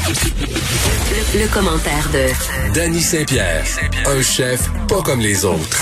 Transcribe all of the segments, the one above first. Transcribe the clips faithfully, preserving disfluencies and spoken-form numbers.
Le, le commentaire de Danny Saint-Pierre, un chef pas comme les autres.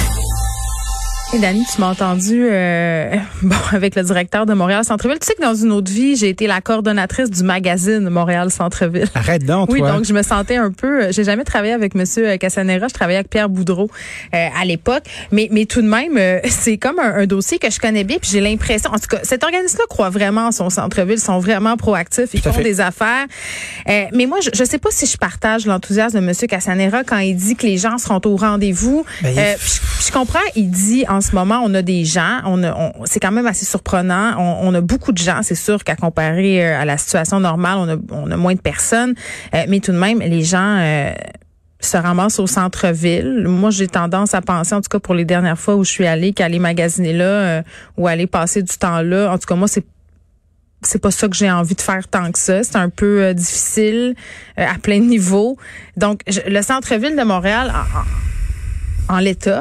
Et Dani, tu m'as entendu euh, bon avec le directeur de Montréal Centre-Ville. Tu sais que dans une autre vie, j'ai été la coordonnatrice du magazine Montréal Centre-Ville. Arrête donc, oui, toi. donc je me sentais un peu. J'ai jamais travaillé avec Monsieur Casanera. Je travaillais avec Pierre Boudreau euh, à l'époque. Mais mais tout de même, euh, c'est comme un, un dossier que je connais bien. Puis j'ai l'impression, en tout cas, cet organisme-là croit vraiment en son centre-ville. Ils sont vraiment proactifs. Ils Tout à font fait. des affaires. Euh, mais moi, je, je sais pas si je partage l'enthousiasme de Monsieur Casanera quand il dit que les gens seront au rendez-vous. Ben, euh, puis je, je comprends. Il dit en ce moment, on a des gens, on a, on, c'est quand même assez surprenant. On, on a beaucoup de gens, c'est sûr qu'à comparer à la situation normale, on a, on a moins de personnes, euh, mais tout de même, les gens euh, se ramassent au centre-ville. Moi, j'ai tendance à penser, en tout cas pour les dernières fois où je suis allée, qu'aller magasiner là euh, ou aller passer du temps là, en tout cas moi, c'est c'est pas ça que j'ai envie de faire tant que ça. C'est un peu euh, difficile euh, à plein de niveaux. Donc, je, le centre-ville de Montréal, en, en, en l'état,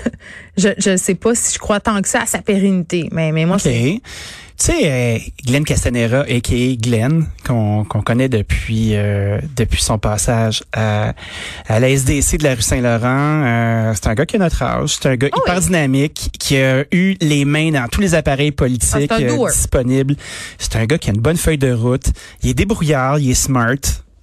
je je sais pas si je crois tant que ça à sa pérennité, mais mais moi OK. c'est Tu sais, euh, Glenn Castanera, a k a. Glenn, qu'on qu'on connaît depuis euh, depuis son passage à, à la S D C de la rue Saint-Laurent. Euh, c'est un gars qui a notre âge. C'est un gars Oh hyper oui. dynamique, qui a eu les mains dans tous les appareils politiques Ah, c'est un euh, doer. disponibles. C'est un gars qui a une bonne feuille de route. Il est débrouillard, il est smart.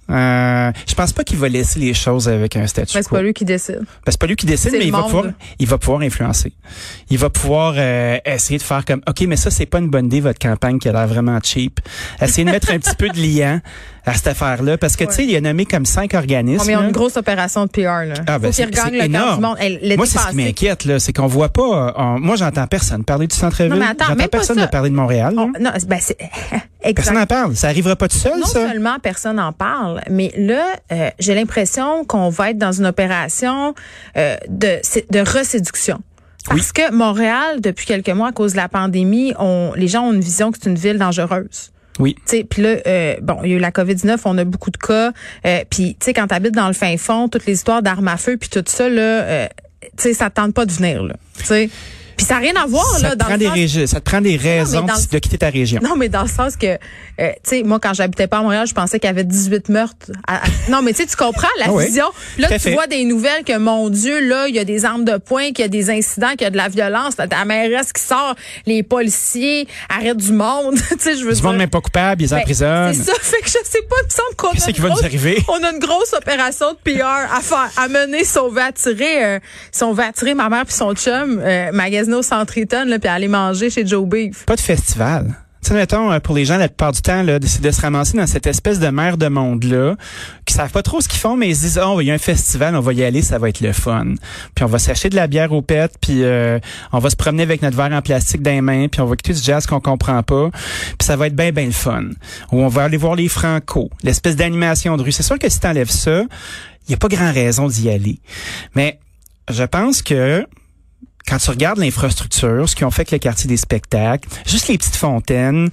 Euh, je pense pas qu'il va laisser les choses avec un statu mais c'est quo. pas lui qui décide. Ben, c'est pas lui qui décide, C'est mais le il va monde. pouvoir, il va pouvoir influencer. Il va pouvoir euh, essayer de faire comme, OK, mais ça, c'est pas une bonne idée, votre campagne qui a l'air vraiment cheap. Essayer de mettre un petit peu de liant à cette affaire-là, parce que, Ouais. tu sais, il a nommé comme cinq organismes. Oh, mais ils ont là. une grosse opération de P R, là. Ah, ben, Faut c'est- qu'ils regagnent c'est le cœur énorme. du monde. Elle, l'été Moi, c'est ce qui passé- m'inquiète, là, c'est qu'on voit pas, euh, on- moi, j'entends personne parler du centre-ville. Non, mais attends, J'entends même pas personne ça. de parler de Montréal. là. On- non, ben c'est exact. Personne n'en parle. Ça arrivera pas tout seul, Non ça. seulement personne n'en parle, mais là, euh, j'ai l'impression qu'on va être dans une opération euh, de, de reséduction. Parce que Montréal, depuis quelques mois, à cause de la pandémie, on, les gens ont une vision que c'est une ville dangereuse. Oui. Puis là, euh, bon, il y a eu la covid dix-neuf, on a beaucoup de cas. Euh, puis, tu sais, quand tu habites dans le fin fond, toutes les histoires d'armes à feu, puis tout ça, là, euh, tu sais, ça te tente pas de venir, là. Tu sais. Puis ça n'a rien à voir, Ça là, te dans prend le des sens- régi- ça te prend des raisons dans le- de quitter ta région. Non, mais dans le sens que, euh, tu sais, moi, quand j'habitais pas à Montréal, je pensais qu'il y avait dix-huit meurtres. À- à- non, mais tu sais, tu comprends la Ah oui, vision. Puis là, tout à tu fait. vois des nouvelles que, mon Dieu, là, il y a des armes de poing, qu'il y a des incidents, qu'il y a de la violence. T'as ta mairesse qui sort, les policiers arrêtent du monde. Tu sais, je veux Du dire. monde même pas coupable, ils les Ben, emprisonnent. c'est ça, fait que je sais pas, il me semble qu'on Qu'est-ce a, qui une va nous grosse- arriver? on a une grosse opération de P R à faire, à mener si on veut attirer, euh, si on veut attirer ma mère puis son chum, euh, magasiner au Centre Eaton, là, puis aller manger chez Joe Beef. Pas de festival. Tu sais, mettons, euh, pour les gens, la plupart du temps, là, c'est de se ramasser dans cette espèce de mer de monde-là, qui savent pas trop ce qu'ils font, mais ils se disent, oh, il y a un festival, on va y aller, ça va être le fun. Puis on va s'acheter de la bière au pet, puis euh, on va se promener avec notre verre en plastique dans les mains, puis on va écouter du jazz qu'on comprend pas, puis ça va être bien, bien le fun. Ou on va aller voir les Franco, l'espèce d'animation de rue. C'est sûr que si t'enlèves ça, il y a pas grand raison d'y aller. Mais je pense que quand tu regardes l'infrastructure, ce qu'ils ont fait avec le quartier des spectacles, juste les petites fontaines,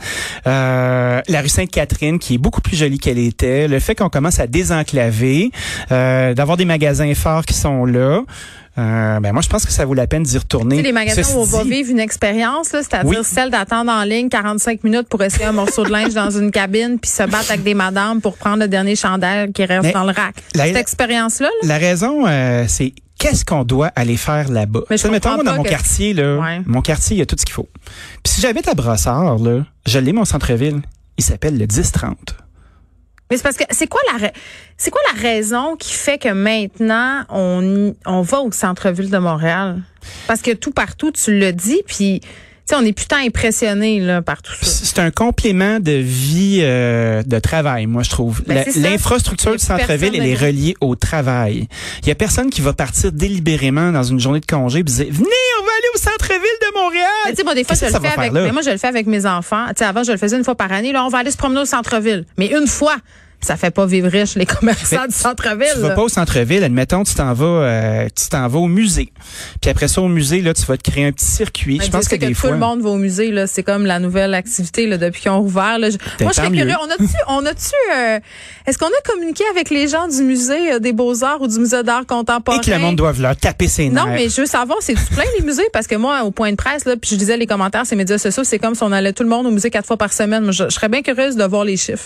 euh, la rue Sainte-Catherine qui est beaucoup plus jolie qu'elle était, le fait qu'on commence à désenclaver, euh, d'avoir des magasins forts qui sont là, euh, ben moi je pense que ça vaut la peine d'y retourner. Tu sais, les magasins Ceci où on va dit, vivre une expérience, là, c'est-à-dire Oui. celle d'attendre en ligne quarante-cinq minutes pour essayer un morceau de linge dans une cabine puis se battre avec des madames pour prendre le dernier chandail qui reste Mais dans le rack. la- Cette expérience-là, là, La raison, euh, c'est qu'est-ce qu'on doit aller faire là-bas. Mais je Tu sais, mettons, comprends moi, dans pas mon que- quartier, là, Ouais. mon quartier, il y a tout ce qu'il faut. Puis si j'habite à Brossard, là, je l'ai mon centre-ville. Il s'appelle le dix trente. mais c'est parce que c'est quoi la ra- c'est quoi la raison qui fait que maintenant on y- on va au centre-ville de Montréal? Parce que tout partout, tu le dis, puis tu sais, on est putain impressionné là par tout ça. C'est un complément de vie, euh, de travail, moi, je trouve. Ben, La- c'est ça. L'infrastructure Il y a du centre-ville, personne elle est de- reliée au travail. Il y a personne qui va partir délibérément dans une journée de congé et dire, venez, on va aller au centre-ville de Montréal. Mais tu sais, moi, des fois, Qu'est-ce je que le ça fais va avec, faire là? mais moi, je le fais avec mes enfants. Tu sais, avant, je le faisais une fois par année. Là, on va aller se promener au centre-ville. Mais une fois. Ça fait pas vivre riche les commerçants Mais du centre-ville. Tu vas là. pas au centre-ville, admettons, tu t'en vas, euh, tu t'en vas au musée. Puis après ça, au musée, là, tu vas te créer un petit circuit. Mais Je pense Dieu que, sait que des tout fois, le monde va au musée là, c'est comme la nouvelle activité là depuis qu'ils ont ouvert là. Je- Moi je serais tant mieux. curieux, on a-tu on a-tu euh, est-ce qu'on a communiqué avec les gens du musée euh, des Beaux-Arts ou du musée d'art contemporain? et que le monde doit leur taper ses nerfs. Non, mais je veux savoir, c'est tu plein les musées parce que moi au point de presse là, puis je disais les commentaires, ces médias sociaux, c'est comme si on allait tout le monde au musée quatre fois par semaine. Moi, je, je serais bien curieuse de voir les chiffres.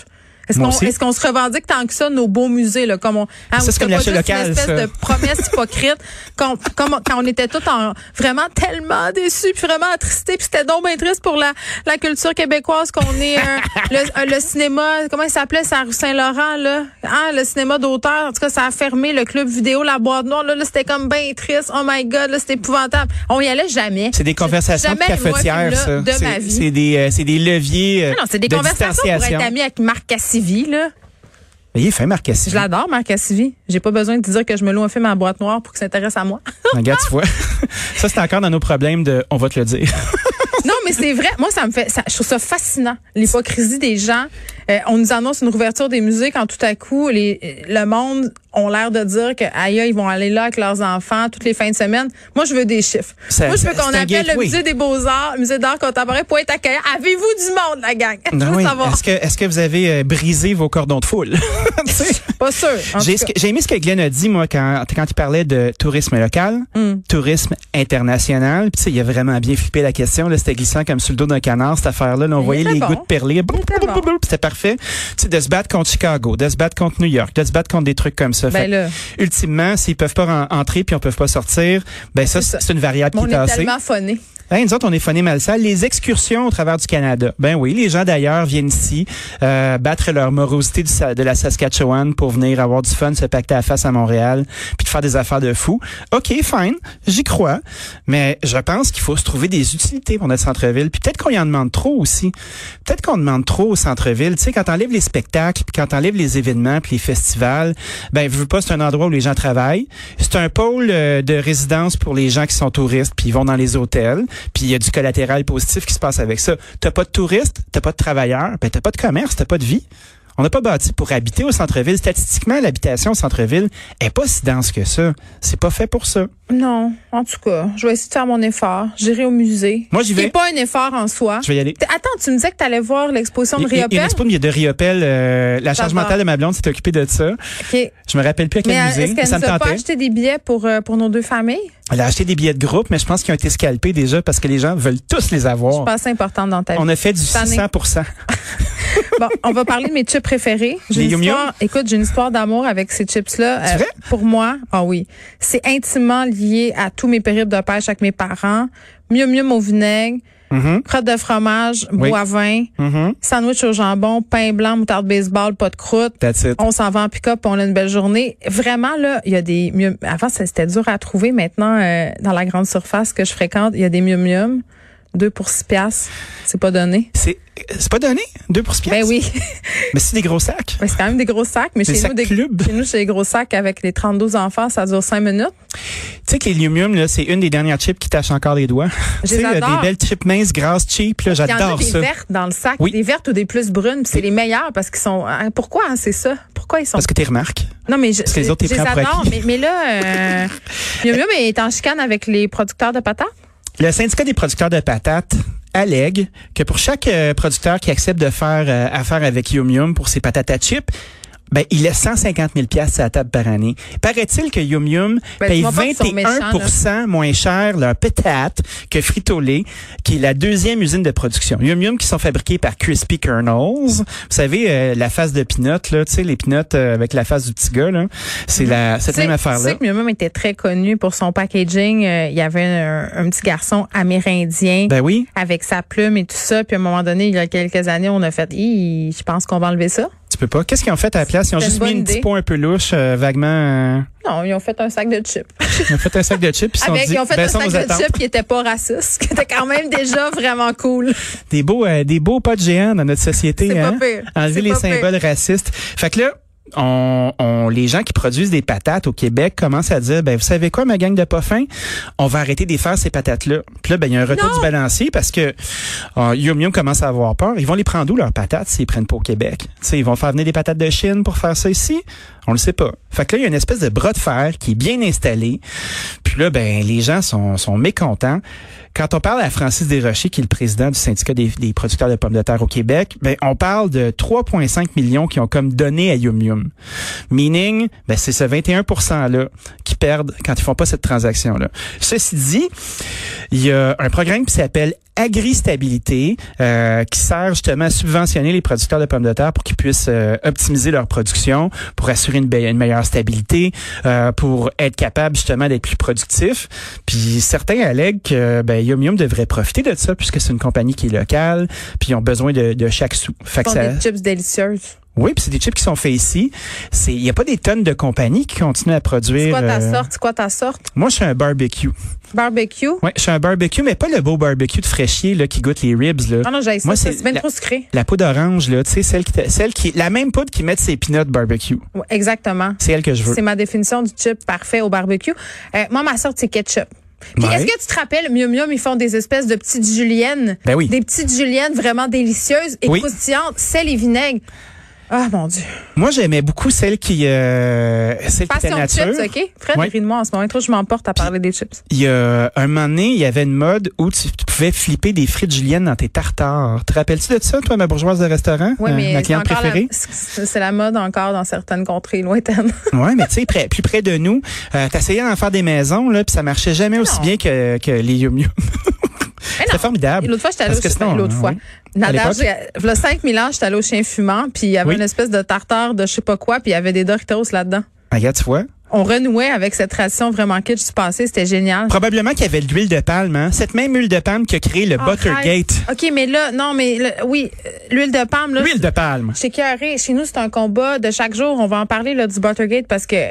Est-ce Moi qu'on, aussi. est-ce qu'on se revendique tant que ça, nos beaux musées, là, comme on, hein, Ça, c'est comme pas l'achat juste local, une espèce ça. de promesse hypocrite, quand, comme, quand on était tous en, vraiment tellement déçus, puis vraiment attristés, puis c'était donc bien triste pour la, la culture québécoise qu'on est, euh, le, euh, le cinéma, comment il s'appelait, c'est à rue Saint-Laurent, là, hein, le cinéma d'auteur, en tout cas, ça a fermé, le club vidéo, la boîte noire, là, là c'était comme bien triste, oh my god, là, c'était épouvantable. On y allait jamais. C'est des conversations de Jamais loin cafetière, là, ça. de C'est, ma vie. c'est des, euh, c'est des leviers euh, Non, non, c'est des de conversations pour distanciation. être ami avec Marc Cassivi, là. Mais il est fin, Marc Cassivi. Je l'adore, Marc Cassivi. J'ai pas besoin de te dire que je me loue un film à boîte noire pour qu'il s'intéresse à moi. Regarde, tu vois. Ça, c'est encore dans nos problèmes de on va te le dire. Non, mais c'est vrai. Moi, ça me fait, ça, je trouve ça fascinant. L'hypocrisie des gens. Euh, on nous annonce une ouverture des musées quand tout à coup, les, le monde ont l'air de dire que, aïe, ils vont aller là avec leurs enfants toutes les fins de semaine. Moi, je veux des chiffres. Ça, Moi, je veux ça, qu'on c'est un appelle gateway. le musée des beaux-arts, le musée d'art contemporain pour être accueillant. Avez-vous du monde, la gang? Je Non, veux oui. savoir. Est-ce que, est-ce que vous avez euh, brisé vos cordons de foule? Tu sais? Pas sûr. en J'ai, tout ce cas. que- j'ai aimé ce que Glenn a dit, moi, quand, quand il parlait de tourisme local, Mm. tourisme international. Puis, tu sais, il a vraiment bien flippé la question. Là, c'était glissant comme sur le dos d'un canard, cette affaire-là. Là, on Il voyait était les bon. gouttes perler. Boum, était boum, bon. boum, boum, C'était parfait. Tu sais, de se battre contre Chicago, de se battre contre New York, de se battre contre des trucs comme ça. Ben Fait, là, ultimement, s'ils peuvent pas ren- entrer puis on peut pas sortir, ben ça, C'est ça. c'est une variable on qui est est tassée. tellement phonés. Hein, nous autres, on est phoné mal sale. Les excursions au travers du Canada. Ben oui, les gens d'ailleurs viennent ici euh, battre leur morosité du, Sa- de la Saskatchewan pour venir avoir du fun, se pacter à la face à Montréal, puis de faire des affaires de fou. OK, fine, j'y crois. Mais je pense qu'il faut se trouver des utilités pour notre centre-ville. Puis peut-être qu'on y en demande trop aussi. Peut-être qu'on demande trop au centre-ville. Tu sais, quand t'enlèves les spectacles, puis quand t'enlèves les événements, puis les festivals, ben je veux pas, c'est un endroit où les gens travaillent. C'est un pôle euh, de résidence pour les gens qui sont touristes, puis ils vont dans les hôtels. Puis il y a du collatéral positif qui se passe avec ça. T'as pas de touristes, t'as pas de travailleurs, ben t'as pas de commerce, t'as pas de vie. On n'a pas bâti pour habiter au centre-ville. Statistiquement, l'habitation au centre-ville est pas si dense que ça. C'est pas fait pour ça. Non, en tout cas, je vais essayer de faire mon effort. J'irai au musée. Moi, j'y vais. C'est pas un effort en soi. Je vais y aller. T- Attends, tu me disais que tu allais voir l'exposition de Il y a- il y a Riopelle? une expo de Riopelle. Euh, la charge J'adore. mentale de ma blonde s'est occupée de ça. OK. Je me rappelle plus à quel Mais euh, musée. est-ce qu'elle Ça me nous a pas tentait. acheté des billets pour, euh, pour nos deux familles? Elle a acheté des billets de groupe, mais je pense qu'ils ont été scalpés déjà parce que les gens veulent tous les Je avoir. pense que c'est important dans ta vie. On a fait du Cette année. six cents pour cent. Bon, on va parler de mes chips préférés. J'ai Les une Yum Yum? histoire, écoute, j'ai une histoire d'amour avec ces chips-là. C'est vrai? Pour moi, ah oui, c'est intimement lié à tous mes périples de pêche avec mes parents. Mieux mieux au vinaigre, Mhm, crotte de fromage, Oui. bois vin, mhm. sandwich au jambon, pain blanc, moutarde baseball, pas de croûte. That's it. On s'en va en pick-up, on a une belle journée. Vraiment, là, il y a des mium. Avant, ça, c'était dur à trouver. Maintenant, euh, dans la grande surface que je fréquente, il y a des mium mium. Deux pour six piastres. C'est pas donné. C'est, c'est pas donné? Deux pour six Ben piastres? oui. Mais c'est des gros sacs. Ben, c'est quand même des gros sacs, mais Des chez sacs nous, des, club. chez nous, c'est des gros sacs avec les trente-deux enfants, ça dure cinq minutes. Tu sais que les Yum Yum, là, c'est une des dernières chips qui tâchent encore les doigts. Je Tu sais, les là, adore. des belles chips minces, grasses, cheap, là, Il y en a j'adore des ça. vertes dans le sac, Oui. des vertes ou des plus brunes, puis c'est les meilleurs parce qu'ils sont. hein, pourquoi hein, c'est ça Pourquoi ils sont Parce que t'es remarques. Non mais je, parce que les autres, t'es je les prends pour adore, acquis. mais, mais là, euh, Mium Mium est en chicane avec les producteurs de patates. Le syndicat des producteurs de patates allègue que pour chaque euh, producteur qui accepte de faire euh, affaire avec Yum Yum pour ses patates à chips, ben, il laisse cent cinquante mille piastres à la table par année. Paraît-il que Yum Yum Ben, paye dis-moi pas qu'ils sont vingt et un pour cent moins cher leurs patates que Frito-Lay, qui est la deuxième usine de production. Yum Yum qui sont fabriqués par Crispy Kernels. Vous savez, euh, la face de Peanut, là, tu sais, les Peanuts euh, avec la face du petit gars, là. C'est la, cette Tu sais- même Tu sais affaire-là. que Mium Mium était très connu pour son packaging. Euh, il y avait un, un petit garçon amérindien. Ben oui. Avec sa plume et tout ça, puis à un moment donné, il y a quelques années, on a fait, Hi, je pense qu'on va enlever ça. Tu peux pas. Qu'est-ce qu'ils ont fait à la place? Ils ont C'était juste une mis bonne une petite idée. peau un peu louche, euh, vaguement. euh, Non, ils ont fait un sac de chips. Ils ont fait un sac de chips, puis ils se sont Avec, dit, ils ont fait un baissons sac nos de attentes. chips qui était pas raciste, qui était quand même déjà vraiment cool. Des beaux, euh, des beaux pas de géants dans notre société, C'est pas hein? pire. Enlever C'est les pas pire. symboles racistes. Fait que là, on, on, les gens qui produisent des patates au Québec commencent à dire, ben, vous savez quoi, ma gang de pas fins? On va arrêter de faire ces patates-là. Puis là, ben, il y a un retour Non. du balancier parce que euh, Yum Yum commence à avoir peur. Ils vont les prendre où, leurs patates, s'ils prennent pas au Québec? Tu sais, ils vont faire venir des patates de Chine pour faire ça ici? On le sait pas. Fait que là, il y a une espèce de bras de fer qui est bien installé. Puis là, ben, les gens sont, sont mécontents. Quand on parle à Francis Desrochers, qui est le président du syndicat des, des producteurs de pommes de terre au Québec, ben, on parle de trois virgule cinq millions qui ont comme donné à Yum Yum. Meaning, ben, c'est ce vingt et un pour cent là qui qui perdent quand ils font pas cette transaction-là. Ceci dit, il y a un programme qui s'appelle Agri-Stabilité, euh, qui sert justement à subventionner les producteurs de pommes de terre pour qu'ils puissent euh, optimiser leur production, pour assurer une, une meilleure stabilité, euh, pour être capable justement d'être plus productif. Puis certains allèguent que ben, Yum Yum devrait profiter de ça puisque c'est une compagnie qui est locale, puis ils ont besoin de, de chaque sou. Fait que ça... des chips délicieuses. Oui, puis c'est des chips qui sont faits ici. C'est, il y a pas des tonnes de compagnies qui continuent à produire. C'est quoi ta euh... sorte? C'est quoi ta sorte? Moi, je suis un barbecue. Barbecue? Oui, je suis un barbecue, mais pas le beau barbecue de fraîchier là qui goûte les ribs là. Ah non, j'ai ça. Moi, c'est, c'est bien trop sucré. La poudre orange là, tu sais celle qui, celle qui, la même poudre qui met ses peanuts barbecue. Oui, exactement. C'est elle que je veux. C'est ma définition du chip parfait au barbecue. Euh, moi, ma sorte c'est ketchup. Puis ouais. Est-ce que tu te rappelles, Mium Mium, ils font des espèces de petites juliennes. Ben oui. Des petites juliennes vraiment délicieuses et oui. croustillantes, sel et vinaigre. Ah, mon Dieu. Moi, j'aimais beaucoup celle qui, euh, celle qui était nature. Chips, OK? Fred, ouais. ris de moi en ce moment. Trop, je m'emporte à Puis, parler des chips. Il y a un moment donné, il y avait une mode où tu, tu pouvais flipper des frites juliennes dans tes tartares. Te rappelles-tu de ça, toi, ma bourgeoise de restaurant? Oui, mais euh, ma cliente préférée? La, c'est la mode encore dans certaines contrées lointaines. Oui, mais tu sais, près, plus près de nous, euh, t'essayais d'en faire des maisons, là, puis ça marchait jamais aussi bien que, que les Yum Yum. C'était formidable. L'autre fois, j'étais allée au chien l'autre fois. Il y a cinq mille ans, j'étais allée au chien fumant, puis il y avait oui. une espèce de tartare de je sais pas quoi, puis il y avait des Doritos là-dedans. Regarde, tu vois. On renouait avec cette tradition vraiment kitsch du passé, c'était génial. Probablement qu'il y avait de l'huile de palme, hein? Cette même huile de palme qui a créé le oh, Buttergate. OK, mais là, non, mais là, oui, l'huile de palme. Là, l'huile de palme. Chez Carré, chez nous, c'est un combat de chaque jour. On va en parler là, du Buttergate parce que...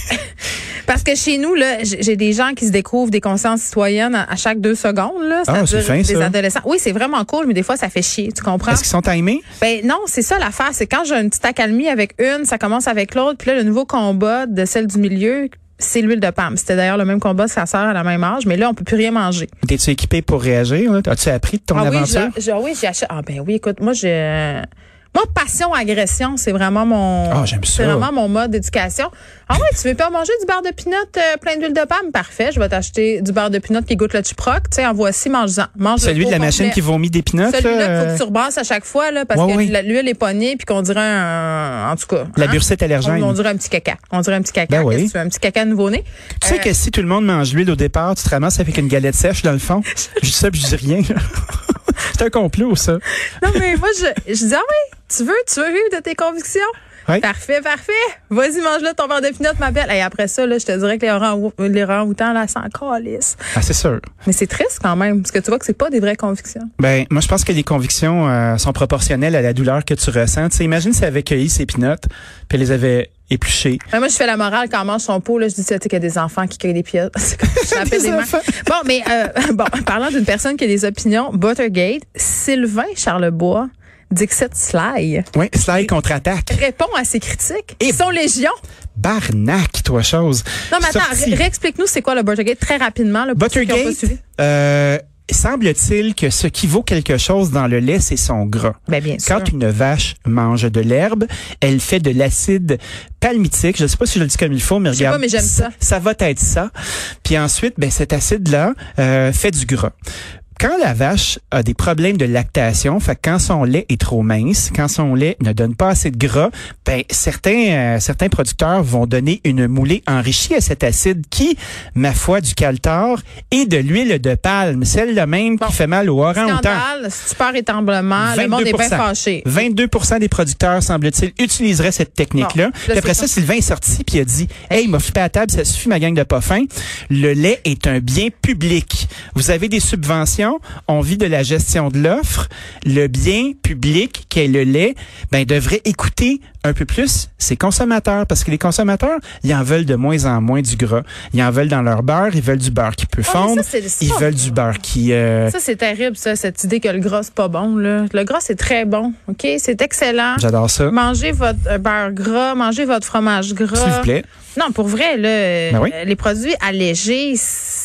Parce que chez nous, là, j'ai des gens qui se découvrent des consciences citoyennes à chaque deux secondes. Là, ah, c'est fin, des ça. Adolescents. Oui, c'est vraiment cool, mais des fois, ça fait chier. Tu comprends? Est-ce qu'ils sont timés? Ben non, c'est ça l'affaire. C'est quand j'ai une petite accalmie avec une, ça commence avec l'autre. Puis là, le nouveau combat de celle du milieu, c'est l'huile de palme. C'était d'ailleurs le même combat, ça sert à la même âge, mais là, on peut plus rien manger. T'es-tu équipé pour réagir? Là? As-tu appris de ton ah, aventure? Oui, j'ai, oui, j'ai acheté. Ah ben oui, écoute, moi, j'ai... Moi, passion-agression, c'est vraiment mon oh, j'aime ça. C'est vraiment mon mode d'éducation. Ah ouais, tu veux pas manger du beurre de pinot euh, plein d'huile de palme? Parfait, je vais t'acheter du beurre de pinot qui goûte le chiproc. Tu sais, en voici, mange-en. Mange Celui de la machine qui vomit des pinottes? Celui-là qu'il faut que tu rebasses à chaque fois, là, parce ouais, que oui. l'huile est pognée puis qu'on dirait un... En tout cas. La hein? bursite allergène. On, on dirait un petit caca. On dirait un petit caca. Ben oui. Qu'est-ce que tu veux? Un petit caca nouveau-né. Tu euh, sais que si tout le monde mange l'huile au départ, tu te ramasses avec une galette sèche dans le fond. Je dis ça puis je dis rien. C'est un complot, ça. Non, mais moi, je, je dis, ah oui, tu veux, tu veux vivre de tes convictions? Oui. Parfait, parfait. Vas-y, mange-le ton verre de pinot, ma belle. Et après ça, là, je te dirais que les orang- les orang-outans, là, s'en calissent. Ah, c'est sûr. Mais c'est triste quand même, parce que tu vois que c'est pas des vraies convictions. Ben, moi, je pense que les convictions euh, sont proportionnelles à la douleur que tu ressens. Tu sais, imagine si elle avait cueilli ses pinottes, puis elle les avait épluchées. Ben, moi, je fais la morale quand on mange son pot, là, je dis, tu sais, qu'il y a des enfants qui cueillent des pinottes. C'est comme je l'appelle des enfants. Bon, mais, euh, bon, parlant d'une personne qui a des opinions, Buttergate, Sylvain Charlebois, Dixit Sly. Oui, Sly contre-attaque. Répond à ses critiques. Ils sont légion. Barnac, toi, chose. Non, mais attends, ré- réexplique-nous c'est quoi le Buttergate très rapidement, là, pour ceux qui ont pas suivi. Euh, semble-t-il que ce qui vaut quelque chose dans le lait, c'est son gras. Ben, bien sûr. Quand une vache mange de l'herbe, elle fait de l'acide palmitique. Je ne sais pas si je le dis comme il faut, mais je sais regarde. Pas, mais j'aime ça. Ça va être ça. Puis ensuite, ben, cet acide-là euh, fait du gras. Quand la vache a des problèmes de lactation, fait que quand son lait est trop mince, quand son lait ne donne pas assez de gras, ben certains euh, certains producteurs vont donner une moulée enrichie à cet acide qui, ma foi, du caltar et de l'huile de palme, celle-là même bon, qui fait mal au orang-outan. Scandale, super étranglement, le monde est bien fâché. vingt-deux pour cent des producteurs, semble-t-il, utiliseraient cette technique-là. Bon, puis après ça, ça, Sylvain est sorti puis il a dit « Hey, il m'a flippé à la table, ça suffit ma gang de pas fin. Le lait est un bien public. Vous avez des subventions, on vit de la gestion de l'offre. Le bien public qu'est le lait, ben devrait écouter un peu plus ses consommateurs parce que les consommateurs, ils en veulent de moins en moins du gras. Ils en veulent dans leur beurre, ils veulent du beurre qui peut oh, fondre. Ça, c'est, c'est ils veulent du beurre qui euh... Ça c'est terrible ça, cette idée que le gras c'est pas bon là. Le gras c'est très bon. OK, c'est excellent. J'adore ça. Mangez votre beurre gras, mangez votre fromage gras. S'il vous plaît. Non, pour vrai là, ben oui. les produits allégés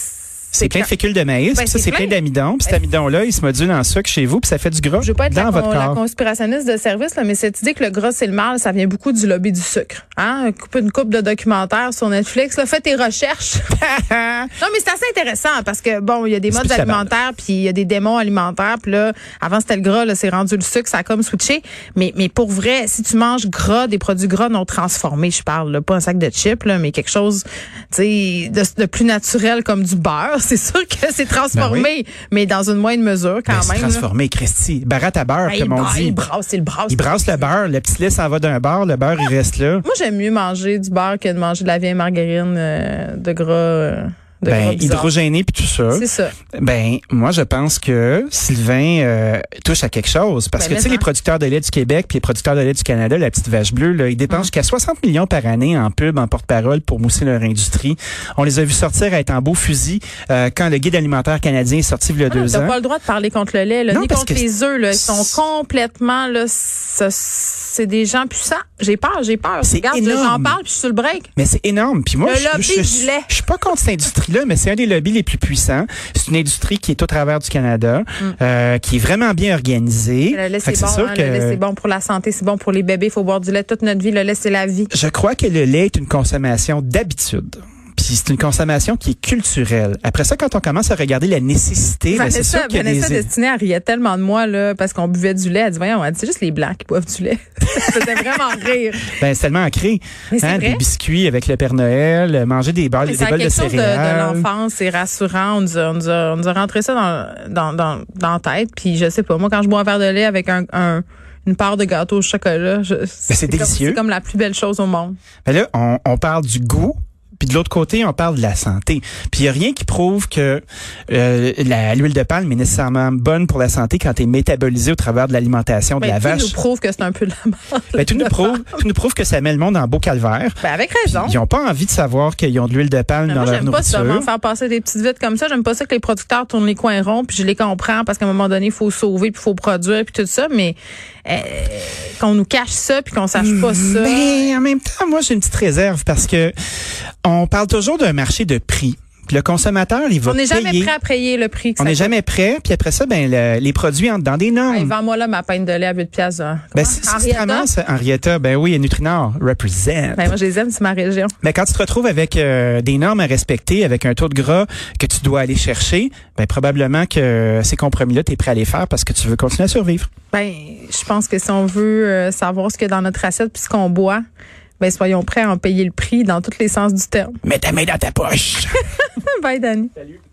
C'est plein de fécule de maïs, Ben, puis ça, c'est c'est plein plein. d'amidon. Puis cet amidon-là, il se module en sucre chez vous, puis ça fait du gras Je veux pas être dans la, votre con- la corps. conspirationniste de service, là, mais cette idée que le gras, c'est le mal, ça vient beaucoup du lobby du sucre. Hein? Coupe une coupe de documentaires sur Netflix. Là, fais tes recherches. Non, mais c'est assez intéressant parce que, bon, il y a des C'est modes plus la alimentaires, puis il y a des démons alimentaires. Puis là, avant, c'était le gras, là, c'est rendu le sucre, ça a comme switché. Mais, mais pour vrai, si tu manges gras, des produits gras non transformés, je parle, là, pas un sac de chips, là, mais quelque chose, tu sais, de, de plus naturel comme du beurre, c'est sûr que c'est transformé, Ben oui. mais dans une moindre mesure quand Ben, c'est même. là. transformé, Christy. Baratte à beurre, Ben, comme il, on bra- dit. il brasse, il le brasse. Il brasse le beurre, le petit lait s'en va d'un bar, le beurre, il reste là. Moi, j'aime mieux manger du beurre que de manger de la vieille margarine euh, de gras. euh, de gras Ben, bizarre. hydrogéné puis tout ça. C'est ça. Ben, moi, je pense que Sylvain euh, touche à quelque chose. Parce Ben, que, mais tu sais, ça. les producteurs de lait du Québec puis les producteurs de lait du Canada, la petite vache bleue, là, ils dépensent jusqu'à soixante millions par année en pub, en porte-parole pour mousser leur industrie. On les a vus sortir à être en beau fusil euh, quand le guide alimentaire canadien est sorti il y a Ah, deux t'as ans. pas le droit de parler contre le lait, là, Non, ni parce contre que les œufs. Là. Ils sont c'est- complètement... là. ça- C'est des gens puissants. J'ai peur, j'ai peur. C'est Regarde, là, j'en énorme. parle, puis je suis sur le break. Mais c'est énorme. Puis moi, Le je, lobby je, je, du lait. je suis pas contre cette industrie-là, mais c'est un des lobbies les plus puissants. C'est une industrie qui est au travers du Canada, euh, qui est vraiment bien organisée. Le lait, Fait c'est que bon. sûr hein, que Le lait, c'est bon pour la santé, c'est bon pour les bébés. Il faut boire du lait toute notre vie. Le lait, c'est la vie. je crois que le lait est une consommation d'habitude. Puis c'est une consommation qui est culturelle. Après ça, quand on commence à regarder la nécessité, ben, c'est sûr Vanessa, qu'il y a Vanessa des... Destinée, elle riait tellement de moi là, parce qu'on buvait du lait. Elle dit, voyons, elle dit, c'est juste les Blancs qui boivent du lait. Ça faisait vraiment rire. Ben, c'est tellement ancré. Mais c'est Hein, vrai. des biscuits avec le Père Noël, euh, manger des balles, Mais des ça a bols de quelque chose de, de céréales. l'enfance, c'est rassurant. On nous, a, on, nous a, on nous a rentré ça dans, dans, dans, dans la tête. Puis je sais pas, moi, quand je bois un verre de lait avec un, un une part de gâteau au chocolat, je, c'est comme- délicieux. C'est comme la plus belle chose au monde. Ben là, on, on parle du goût. Puis de l'autre côté, on parle de la santé. Puis il n'y a rien qui prouve que euh, la- l'huile de palme est nécessairement bonne pour la santé quand elle est métabolisée au travers de l'alimentation de Ben, la tout vache. nous prouve que c'est un peu de la merde. Ben, tout nous prouve, tout nous prouve que ça met le monde en beau calvaire. Ben, avec raison. Ils n'ont pas envie de savoir qu'ils ont de l'huile de palme Mais dans moi, leur j'aime pas nourriture. seulement faire passer des petites vites comme ça. J'aime pas ça que les producteurs tournent les coins ronds, puis je les comprends parce qu'à un moment donné, il faut sauver, puis il faut produire, puis tout ça, mais euh, qu'on nous cache ça, puis qu'on sache pas ça. Mais en même temps, moi, j'ai une petite réserve parce que on parle toujours d'un marché de prix. Puis le consommateur, il va On n'est jamais payer. prêt à payer le prix que On ça n'est coûte. jamais prêt. Puis après ça, ben le- les produits entrent dans des normes. Hey, vends-moi là ma pinte de lait à huit piastres. hein. Ben, Comment? c'est c'est Henrietta? vraiment ça. Henrietta, ben oui, et Nutrinor, represent. Ben, moi, je les aime, c'est ma région. Mais quand tu te retrouves avec euh, des normes à respecter, avec un taux de gras que tu dois aller chercher, ben probablement que ces compromis-là, tu es prêt à les faire parce que tu veux continuer à survivre. Ben, je pense que si on veut euh, savoir ce qu'il y a dans notre assiette puis ce qu'on boit, ben, soyons prêts à en payer le prix dans tous les sens du terme. Mets ta main dans ta poche. Bye, Dani. Salut.